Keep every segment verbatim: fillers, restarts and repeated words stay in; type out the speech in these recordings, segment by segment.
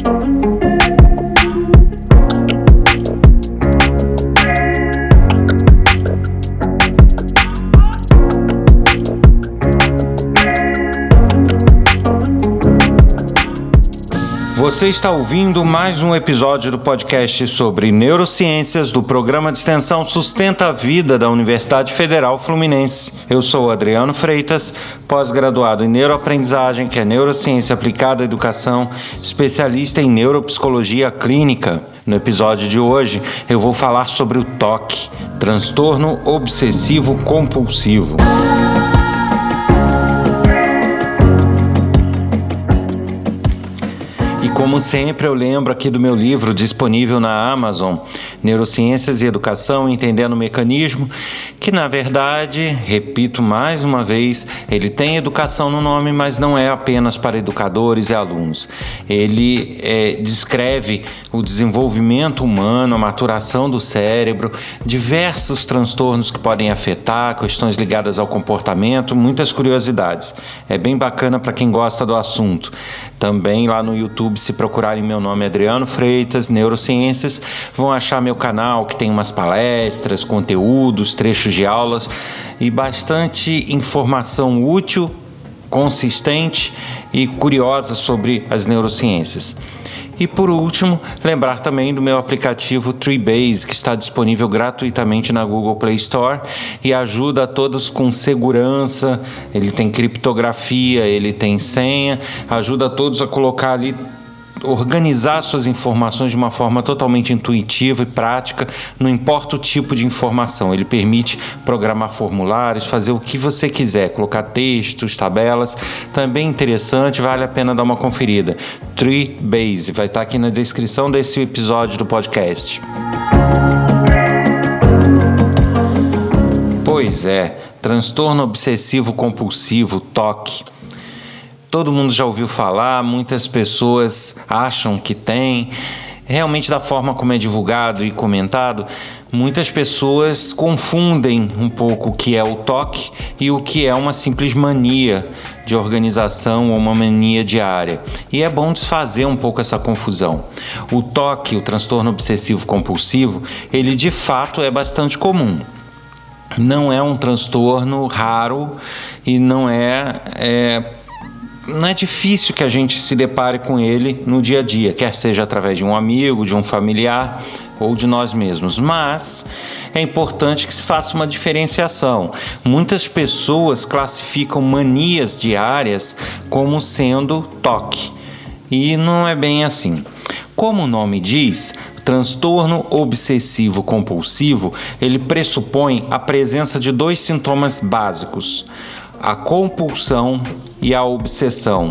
Você está ouvindo mais um episódio do podcast sobre neurociências do programa de extensão Sustenta a Vida da Universidade Federal Fluminense. Eu sou Adriano Freitas, pós-graduado em neuroaprendizagem, que é neurociência aplicada à educação, especialista em neuropsicologia clínica. No episódio de hoje, eu vou falar sobre o T O C, transtorno obsessivo compulsivo. Como sempre, eu lembro aqui do meu livro disponível na Amazon, Neurociências e Educação, Entendendo o Mecanismo, que na verdade, repito mais uma vez, ele tem educação no nome, mas não é apenas para educadores e alunos. Ele é, descreve o desenvolvimento humano, a maturação do cérebro, diversos transtornos que podem afetar, questões ligadas ao comportamento, muitas curiosidades. É bem bacana para quem gosta do assunto. Também lá no YouTube, se procurarem meu nome Adriano Freitas, Neurociências, vão achar meu canal que tem umas palestras, conteúdos, trechos de aulas e bastante informação útil, consistente e curiosa sobre as neurociências. E por último, lembrar também do meu aplicativo Treebase, que está disponível gratuitamente na Google Play Store e ajuda a todos com segurança. Ele tem criptografia, ele tem senha, ajuda a todos a colocar ali, organizar suas informações de uma forma totalmente intuitiva e prática, não importa o tipo de informação. Ele permite programar formulários, fazer o que você quiser, colocar textos, tabelas. Também interessante, vale a pena dar uma conferida. Treebase, vai estar aqui na descrição desse episódio do podcast. Pois é, transtorno obsessivo compulsivo, T O C. Todo mundo já ouviu falar, muitas pessoas acham que tem. Realmente, da forma como é divulgado e comentado, muitas pessoas confundem um pouco o que é o T O C e o que é uma simples mania de organização ou uma mania diária. E é bom desfazer um pouco essa confusão. O T O C, o transtorno obsessivo compulsivo, ele de fato é bastante comum. Não é um transtorno raro e não é... é Não é difícil que a gente se depare com ele no dia a dia, quer seja através de um amigo, de um familiar ou de nós mesmos. Mas é importante que se faça uma diferenciação. Muitas pessoas classificam manias diárias como sendo T O C, e não é bem assim. Como o nome diz, transtorno obsessivo compulsivo, ele pressupõe a presença de dois sintomas básicos: a compulsão e a obsessão.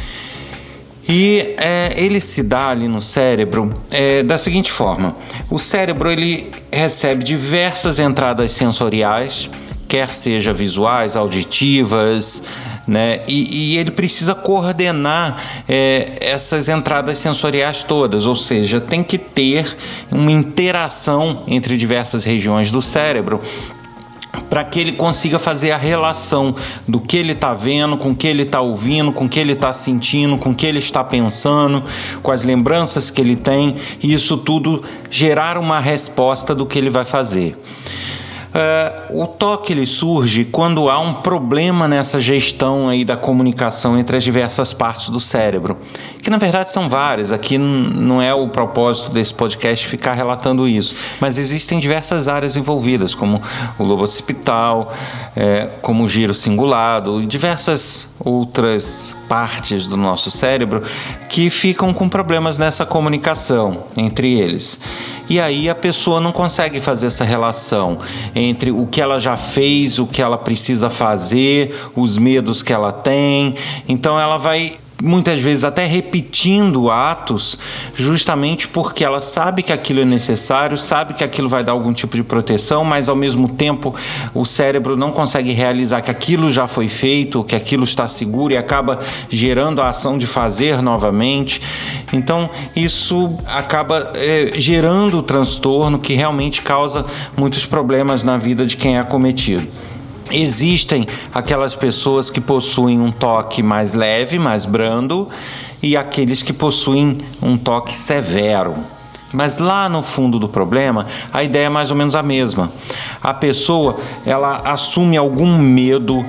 E é, ele se dá ali no cérebro é, da seguinte forma: o cérebro ele recebe diversas entradas sensoriais, quer seja visuais, auditivas, né? E, e ele precisa coordenar é, essas entradas sensoriais todas, ou seja, tem que ter uma interação entre diversas regiões do cérebro para que ele consiga fazer a relação do que ele está vendo, com o que ele está ouvindo, com o que ele está sentindo, com o que ele está pensando, com as lembranças que ele tem, e isso tudo gerar uma resposta do que ele vai fazer. Uh, o T O C ele surge quando há um problema nessa gestão aí da comunicação entre as diversas partes do cérebro, que na verdade são várias. Aqui não é o propósito desse podcast ficar relatando isso, mas existem diversas áreas envolvidas, como o lobo occipital, é, como o giro cingulado e diversas outras partes do nosso cérebro que ficam com problemas nessa comunicação entre eles. E aí a pessoa não consegue fazer essa relação entre o que ela já fez, o que ela precisa fazer, os medos que ela tem. Então ela vai muitas vezes até repetindo atos, justamente porque ela sabe que aquilo é necessário, sabe que aquilo vai dar algum tipo de proteção, mas ao mesmo tempo o cérebro não consegue realizar que aquilo já foi feito, que aquilo está seguro, e acaba gerando a ação de fazer novamente. Então isso acaba é, gerando o transtorno que realmente causa muitos problemas na vida de quem é acometido. Existem aquelas pessoas que possuem um toque mais leve, mais brando, e aqueles que possuem um toque severo. Mas lá no fundo do problema, a ideia é mais ou menos a mesma. A pessoa, ela assume algum medo,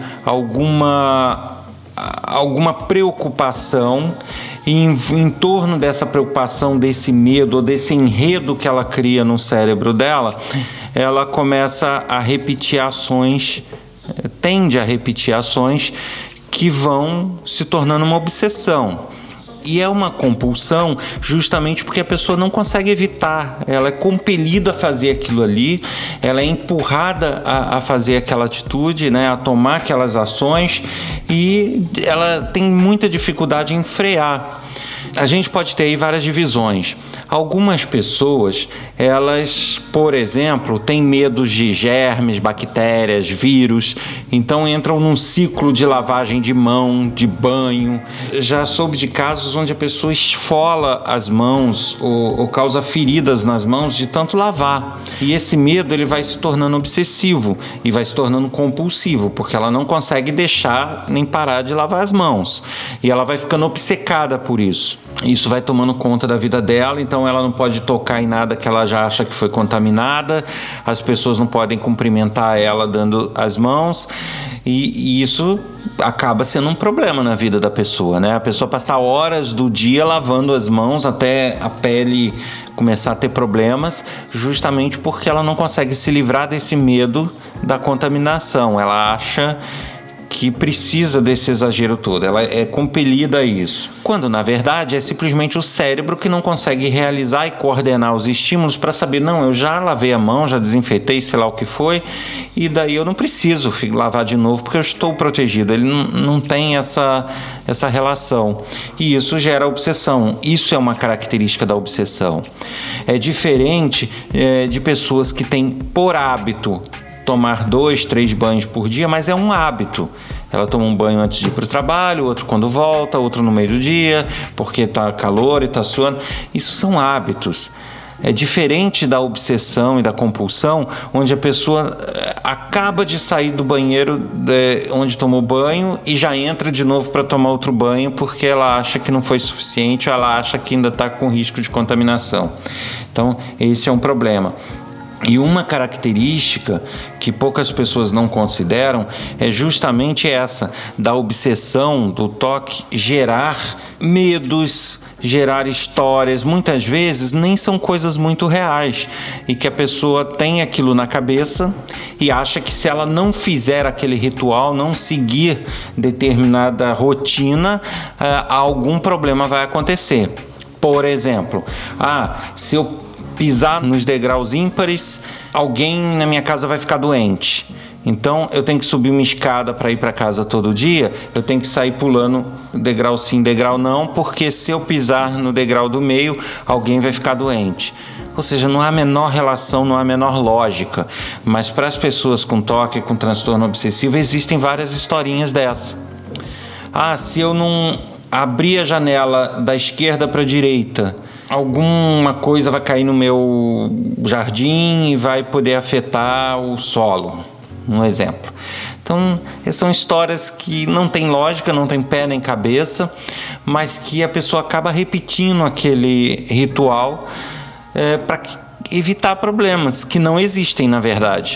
alguma, alguma preocupação, e em, em torno dessa preocupação, desse medo, ou desse enredo que ela cria no cérebro dela, ela começa a repetir ações, tende a repetir ações que vão se tornando uma obsessão. E é uma compulsão justamente porque a pessoa não consegue evitar, ela é compelida a fazer aquilo ali, ela é empurrada a, a fazer aquela atitude, né, a tomar aquelas ações, e ela tem muita dificuldade em frear. A gente pode ter aí várias divisões. Algumas pessoas, elas, por exemplo, têm medo de germes, bactérias, vírus, então entram num ciclo de lavagem de mão, de banho. Já soube de casos onde a pessoa esfola as mãos ou, ou causa feridas nas mãos de tanto lavar. E esse medo, ele vai se tornando obsessivo e vai se tornando compulsivo, porque ela não consegue deixar nem parar de lavar as mãos. E ela vai ficando obcecada por isso. Isso vai tomando conta da vida dela, então ela não pode tocar em nada que ela já acha que foi contaminada, as pessoas não podem cumprimentar ela dando as mãos, e, e isso acaba sendo um problema na vida da pessoa, né? A pessoa passar horas do dia lavando as mãos até a pele começar a ter problemas, justamente porque ela não consegue se livrar desse medo da contaminação. Ela acha que precisa desse exagero todo, ela é compelida a isso, quando na verdade é simplesmente o cérebro que não consegue realizar e coordenar os estímulos para saber, não, eu já lavei a mão, já desinfetei, sei lá o que foi, e daí eu não preciso lavar de novo porque eu estou protegido. Ele não, não tem essa, essa relação, e isso gera obsessão. Isso é uma característica da obsessão. É diferente é, de pessoas que têm por hábito tomar dois, três banhos por dia, mas é um hábito. Ela toma um banho antes de ir para o trabalho, outro quando volta, outro no meio do dia, porque está calor e está suando. Isso são hábitos. É diferente da obsessão e da compulsão, onde a pessoa acaba de sair do banheiro de onde tomou banho e já entra de novo para tomar outro banho porque ela acha que não foi suficiente, ou ela acha que ainda está com risco de contaminação. Então, esse é um problema. E uma característica que poucas pessoas não consideram é justamente essa, da obsessão, do toque, gerar medos, gerar histórias, muitas vezes nem são coisas muito reais, e que a pessoa tem aquilo na cabeça e acha que se ela não fizer aquele ritual, não seguir determinada rotina, algum problema vai acontecer. Por exemplo, ah, se eu pisar nos degraus ímpares, alguém na minha casa vai ficar doente. Então eu tenho que subir uma escada para ir para casa todo dia, eu tenho que sair pulando degrau sim, degrau não, porque se eu pisar no degrau do meio, alguém vai ficar doente. Ou seja, não há a menor relação, não há a menor lógica. Mas para as pessoas com toque, com transtorno obsessivo, existem várias historinhas dessa. Ah, se eu não abrir a janela da esquerda para a direita, alguma coisa vai cair no meu jardim e vai poder afetar o solo, um exemplo. Então, essas são histórias que não têm lógica, não têm pé nem cabeça, mas que a pessoa acaba repetindo aquele ritual é, para evitar problemas que não existem na verdade.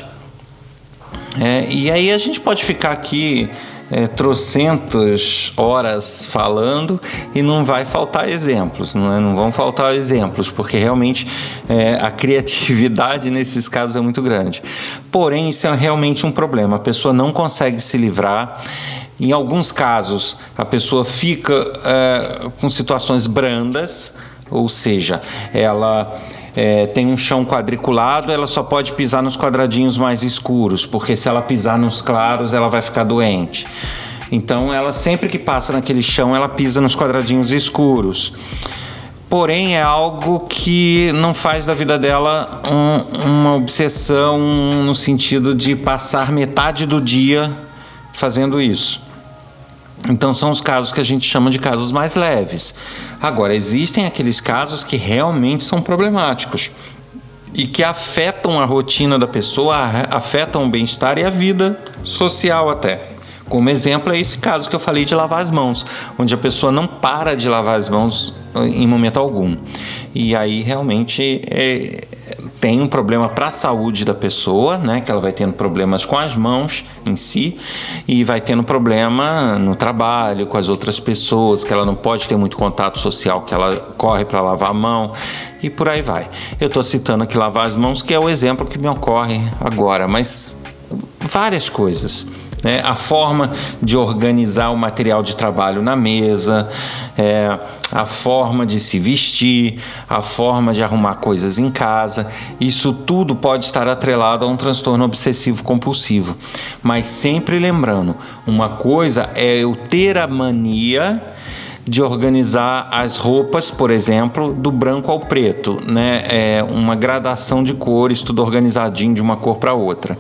É, e aí a gente pode ficar aqui É, trocentas horas falando e não vai faltar exemplos, não, é? Não vão faltar exemplos, porque realmente é, a criatividade nesses casos é muito grande. Porém, isso é realmente um problema, a pessoa não consegue se livrar. Em alguns casos, a pessoa fica é, com situações brandas, ou seja, ela É, tem um chão quadriculado, ela só pode pisar nos quadradinhos mais escuros, porque se ela pisar nos claros, ela vai ficar doente. Então, ela sempre que passa naquele chão, ela pisa nos quadradinhos escuros. Porém, é algo que não faz da vida dela um, uma obsessão no sentido de passar metade do dia fazendo isso. Então são os casos que a gente chama de casos mais leves. Agora, existem aqueles casos que realmente são problemáticos e que afetam a rotina da pessoa, afetam o bem-estar e a vida social até. Como exemplo é esse caso que eu falei de lavar as mãos, onde a pessoa não para de lavar as mãos em momento algum. E aí realmente é, tem um problema para a saúde da pessoa, né? Que ela vai tendo problemas com as mãos em si e vai tendo problema no trabalho, com as outras pessoas, que ela não pode ter muito contato social, que ela corre para lavar a mão e por aí vai. Eu estou citando aqui lavar as mãos, que é o exemplo que me ocorre agora, mas várias coisas. Né? A forma de organizar o material de trabalho na mesa, é, a forma de se vestir, a forma de arrumar coisas em casa, isso tudo pode estar atrelado a um transtorno obsessivo compulsivo. Mas sempre lembrando, uma coisa é eu ter a mania de organizar as roupas, por exemplo, do branco ao preto, né? É uma gradação de cores, tudo organizadinho de uma cor para outra.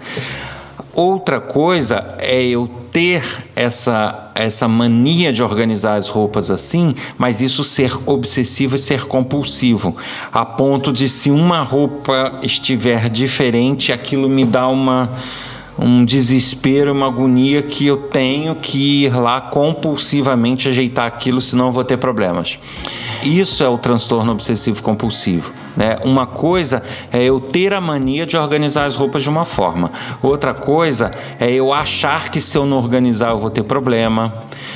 Outra coisa é eu ter essa, essa mania de organizar as roupas assim, mas isso ser obsessivo e ser compulsivo, a ponto de, se uma roupa estiver diferente, aquilo me dá uma, um desespero, uma agonia que eu tenho que ir lá compulsivamente ajeitar aquilo, senão eu vou ter problemas. Isso é o transtorno obsessivo compulsivo, né? Uma coisa é eu ter a mania de organizar as roupas de uma forma. Outra coisa é eu achar que se eu não organizar eu vou ter problema.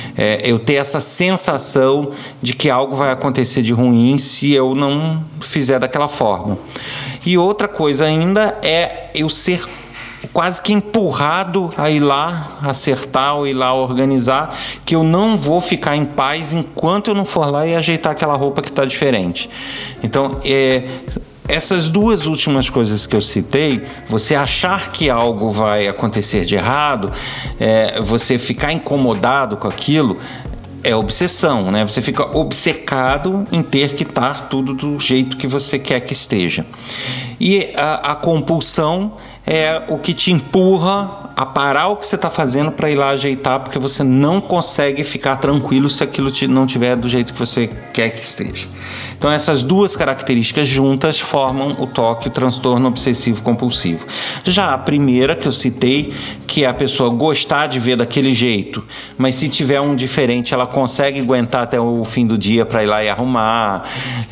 É eu ter essa sensação de que algo vai acontecer de ruim se eu não fizer daquela forma. E outra coisa ainda é eu ser quase que empurrado a ir lá acertar ou ir lá organizar, que eu não vou ficar em paz enquanto eu não for lá e ajeitar aquela roupa que está diferente. Então, é, essas duas últimas coisas que eu citei, você achar que algo vai acontecer de errado, é, você ficar incomodado com aquilo, é obsessão, né? Você fica obcecado em ter que estar tudo do jeito que você quer que esteja. E a, a compulsão é o que te empurra a parar o que você está fazendo para ir lá ajeitar, porque você não consegue ficar tranquilo se aquilo não estiver do jeito que você quer que esteja. Então essas duas características juntas formam o T O C, o transtorno obsessivo compulsivo. Já a primeira que eu citei, que é a pessoa gostar de ver daquele jeito, mas se tiver um diferente ela consegue aguentar até o fim do dia para ir lá e arrumar,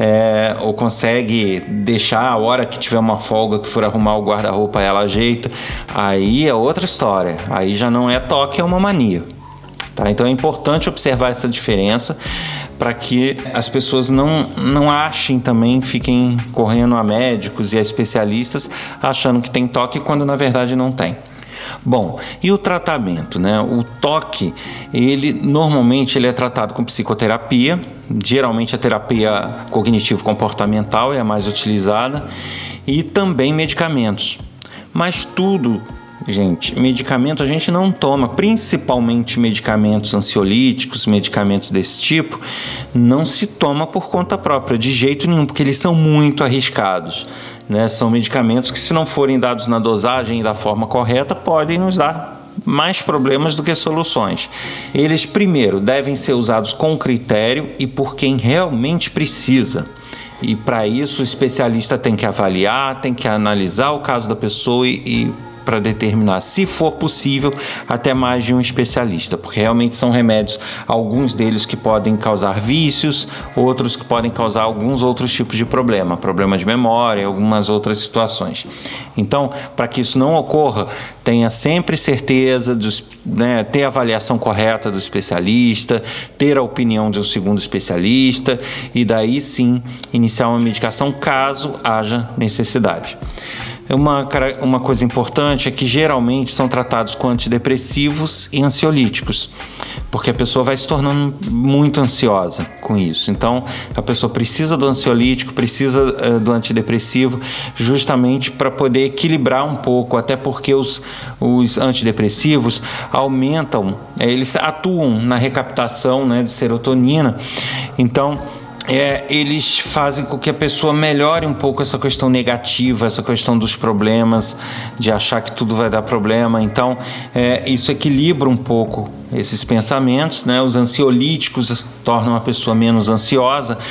é, ou consegue deixar a hora que tiver uma folga que for arrumar o guarda-roupa ela ajeita, aí é outra história, aí já não é T O C, é uma mania. Tá? Então é importante observar essa diferença para que as pessoas não, não achem também, fiquem correndo a médicos e a especialistas achando que tem T O C quando na verdade não tem. Bom, e o tratamento, né? O T O C, ele normalmente ele é tratado com psicoterapia, geralmente a terapia cognitivo-comportamental é a mais utilizada, e também medicamentos. Mas tudo, gente, medicamento a gente não toma, principalmente medicamentos ansiolíticos, medicamentos desse tipo, não se toma por conta própria, de jeito nenhum, porque eles são muito arriscados, né? São medicamentos que, se não forem dados na dosagem e da forma correta, podem nos dar mais problemas do que soluções. Eles, primeiro, devem ser usados com critério e por quem realmente precisa. E para isso o especialista tem que avaliar, tem que analisar o caso da pessoa e, e para determinar, se for possível, até mais de um especialista, porque realmente são remédios, alguns deles que podem causar vícios, outros que podem causar alguns outros tipos de problema, problema de memória, algumas outras situações. Então, para que isso não ocorra, tenha sempre certeza, dos, né, ter a avaliação correta do especialista, ter a opinião de um segundo especialista e daí sim iniciar uma medicação caso haja necessidade. Uma, uma coisa importante é que geralmente são tratados com antidepressivos e ansiolíticos, porque a pessoa vai se tornando muito ansiosa com isso. Então, a pessoa precisa do ansiolítico, precisa uh, do antidepressivo, justamente para poder equilibrar um pouco, até porque os, os antidepressivos aumentam, eles atuam na recaptação, né, de serotonina, então É, eles fazem com que a pessoa melhore um pouco essa questão negativa, essa questão dos problemas, de achar que tudo vai dar problema. Então, é, isso equilibra um pouco esses pensamentos, né? Os ansiolíticos tornam a pessoa menos ansiosa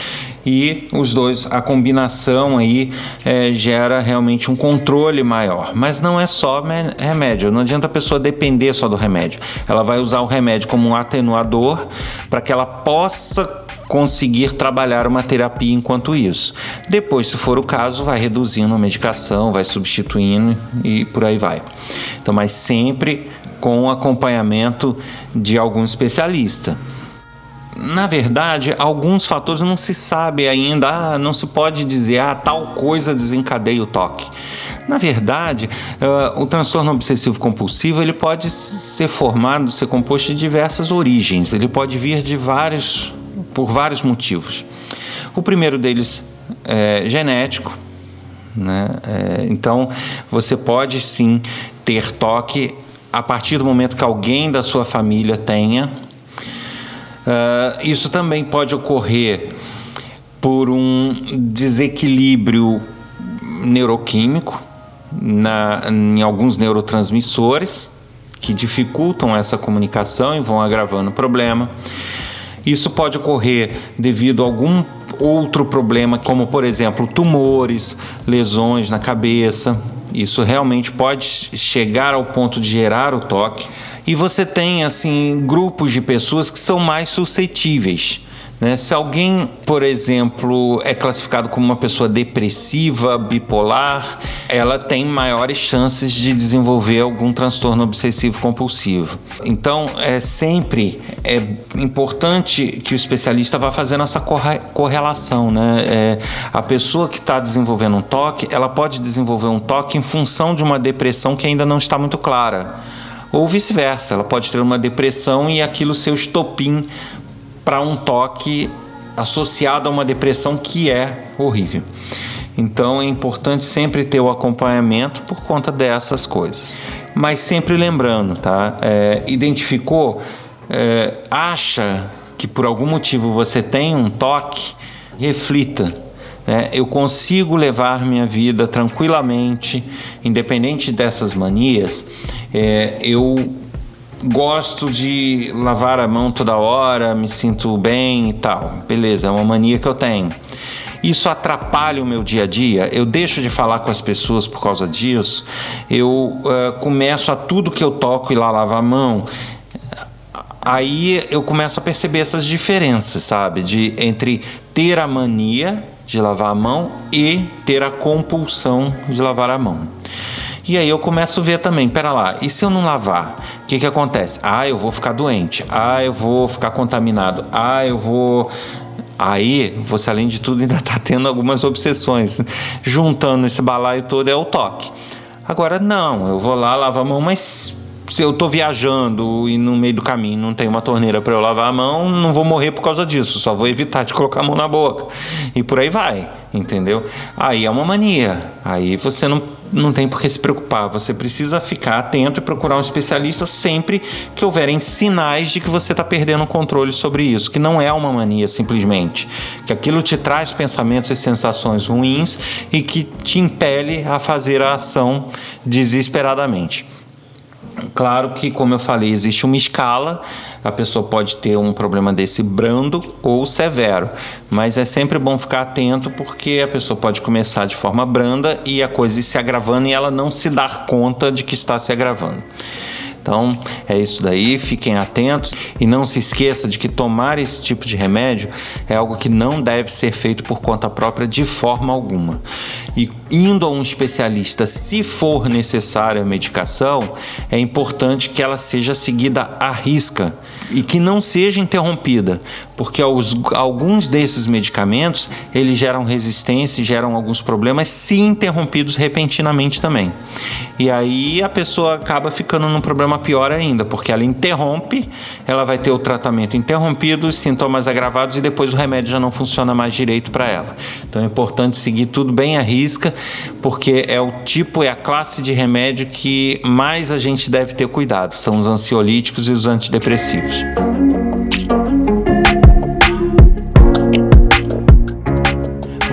e os dois, a combinação aí é, gera realmente um controle maior. Mas não é só remédio, não adianta a pessoa depender só do remédio. Ela vai usar o remédio como um atenuador para que ela possa conseguir trabalhar uma terapia enquanto isso. Depois, se for o caso, vai reduzindo a medicação, vai substituindo e por aí vai. Então, mas sempre com o acompanhamento de algum especialista. Na verdade, alguns fatores não se sabe ainda, ah, não se pode dizer, ah, tal coisa desencadeia o toque. Na verdade, uh, o transtorno obsessivo compulsivo ele pode ser formado, ser composto de diversas origens, ele pode vir de vários por vários motivos. O primeiro deles é genético, né? É, então, você pode sim ter toque a partir do momento que alguém da sua família tenha. Uh, isso também pode ocorrer por um desequilíbrio neuroquímico na, em alguns neurotransmissores que dificultam essa comunicação e vão agravando o problema. Isso pode ocorrer devido a algum outro problema, como, por exemplo, tumores, lesões na cabeça. Isso realmente pode chegar ao ponto de gerar o toque. E você tem, assim, grupos de pessoas que são mais suscetíveis, né? Se alguém, por exemplo, é classificado como uma pessoa depressiva, bipolar, ela tem maiores chances de desenvolver algum transtorno obsessivo compulsivo. Então, é sempre é importante que o especialista vá fazendo essa correlação, né? É, a pessoa que está desenvolvendo um toque, ela pode desenvolver um toque em função de uma depressão que ainda não está muito clara. Ou vice-versa, ela pode ter uma depressão e aquilo ser o estopim para um toque associado a uma depressão que é horrível. Então é importante sempre ter o acompanhamento por conta dessas coisas. Mas sempre lembrando, tá? É, identificou, é, acha que por algum motivo você tem um toque, reflita. Né? Eu consigo levar minha vida tranquilamente, independente dessas manias. É, eu gosto de lavar a mão toda hora, me sinto bem e tal. Beleza, é uma mania que eu tenho. Isso atrapalha o meu dia a dia? Eu deixo de falar com as pessoas por causa disso? Eu uh, começo a tudo que eu toco ir lá lavar a mão? Aí eu começo a perceber essas diferenças, sabe? De, entre ter a mania de lavar a mão e ter a compulsão de lavar a mão. E aí eu começo a ver também, pera lá, e se eu não lavar? O que que acontece? Ah, eu vou ficar doente. Ah, eu vou ficar contaminado. Ah, eu vou... Aí, você além de tudo ainda está tendo algumas obsessões. Juntando esse balaio todo é o toque. Agora, não, eu vou lá lavar a mão, mas se eu estou viajando e no meio do caminho não tem uma torneira para eu lavar a mão, não vou morrer por causa disso, só vou evitar de colocar a mão na boca. E por aí vai, entendeu? Aí é uma mania, aí você não, não tem por que se preocupar, você precisa ficar atento e procurar um especialista sempre que houverem sinais de que você está perdendo o controle sobre isso, que não é uma mania simplesmente, que aquilo te traz pensamentos e sensações ruins e que te impele a fazer a ação desesperadamente. Claro que, como eu falei, existe uma escala, a pessoa pode ter um problema desse brando ou severo, mas é sempre bom ficar atento porque a pessoa pode começar de forma branda e a coisa ir se agravando e ela não se dar conta de que está se agravando. Então é isso daí, fiquem atentos e não se esqueça de que tomar esse tipo de remédio é algo que não deve ser feito por conta própria de forma alguma. E indo a um especialista, se for necessária a medicação, é importante que ela seja seguida à risca e que não seja interrompida, porque os, alguns desses medicamentos eles geram resistência, geram alguns problemas se interrompidos repentinamente também. E aí a pessoa acaba ficando num problema pior ainda, porque ela interrompe, ela vai ter o tratamento interrompido, os sintomas agravados e depois o remédio já não funciona mais direito para ela. Então é importante seguir tudo bem à risca, porque é o tipo, é a classe de remédio que mais a gente deve ter cuidado, são os ansiolíticos e os antidepressivos.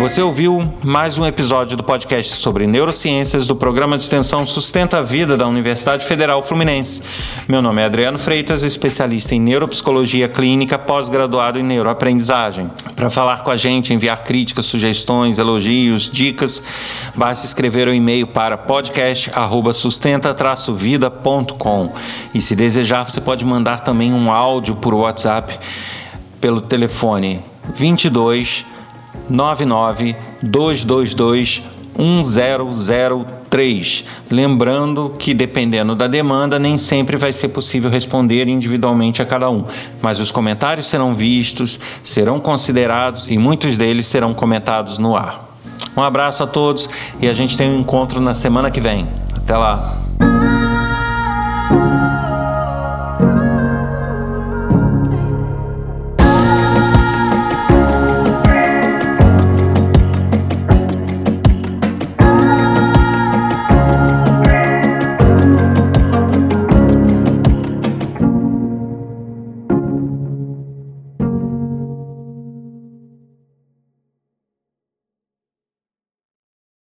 Você ouviu mais um episódio do podcast sobre neurociências do programa de extensão Sustenta a Vida da Universidade Federal Fluminense. Meu nome é Adriano Freitas, especialista em neuropsicologia clínica, pós-graduado em neuroaprendizagem. Para falar com a gente, enviar críticas, sugestões, elogios, dicas, basta escrever um e-mail para podcast arroba sustenta traço vida ponto com. E se desejar, você pode mandar também um áudio por WhatsApp pelo telefone vinte e dois, noventa e nove, duzentos e vinte e dois, um zero zero três. Lembrando que, dependendo da demanda, nem sempre vai ser possível responder individualmente a cada um, mas os comentários serão vistos, serão considerados e muitos deles serão comentados no ar. Um abraço a todos e a gente tem um encontro na semana que vem. Até lá!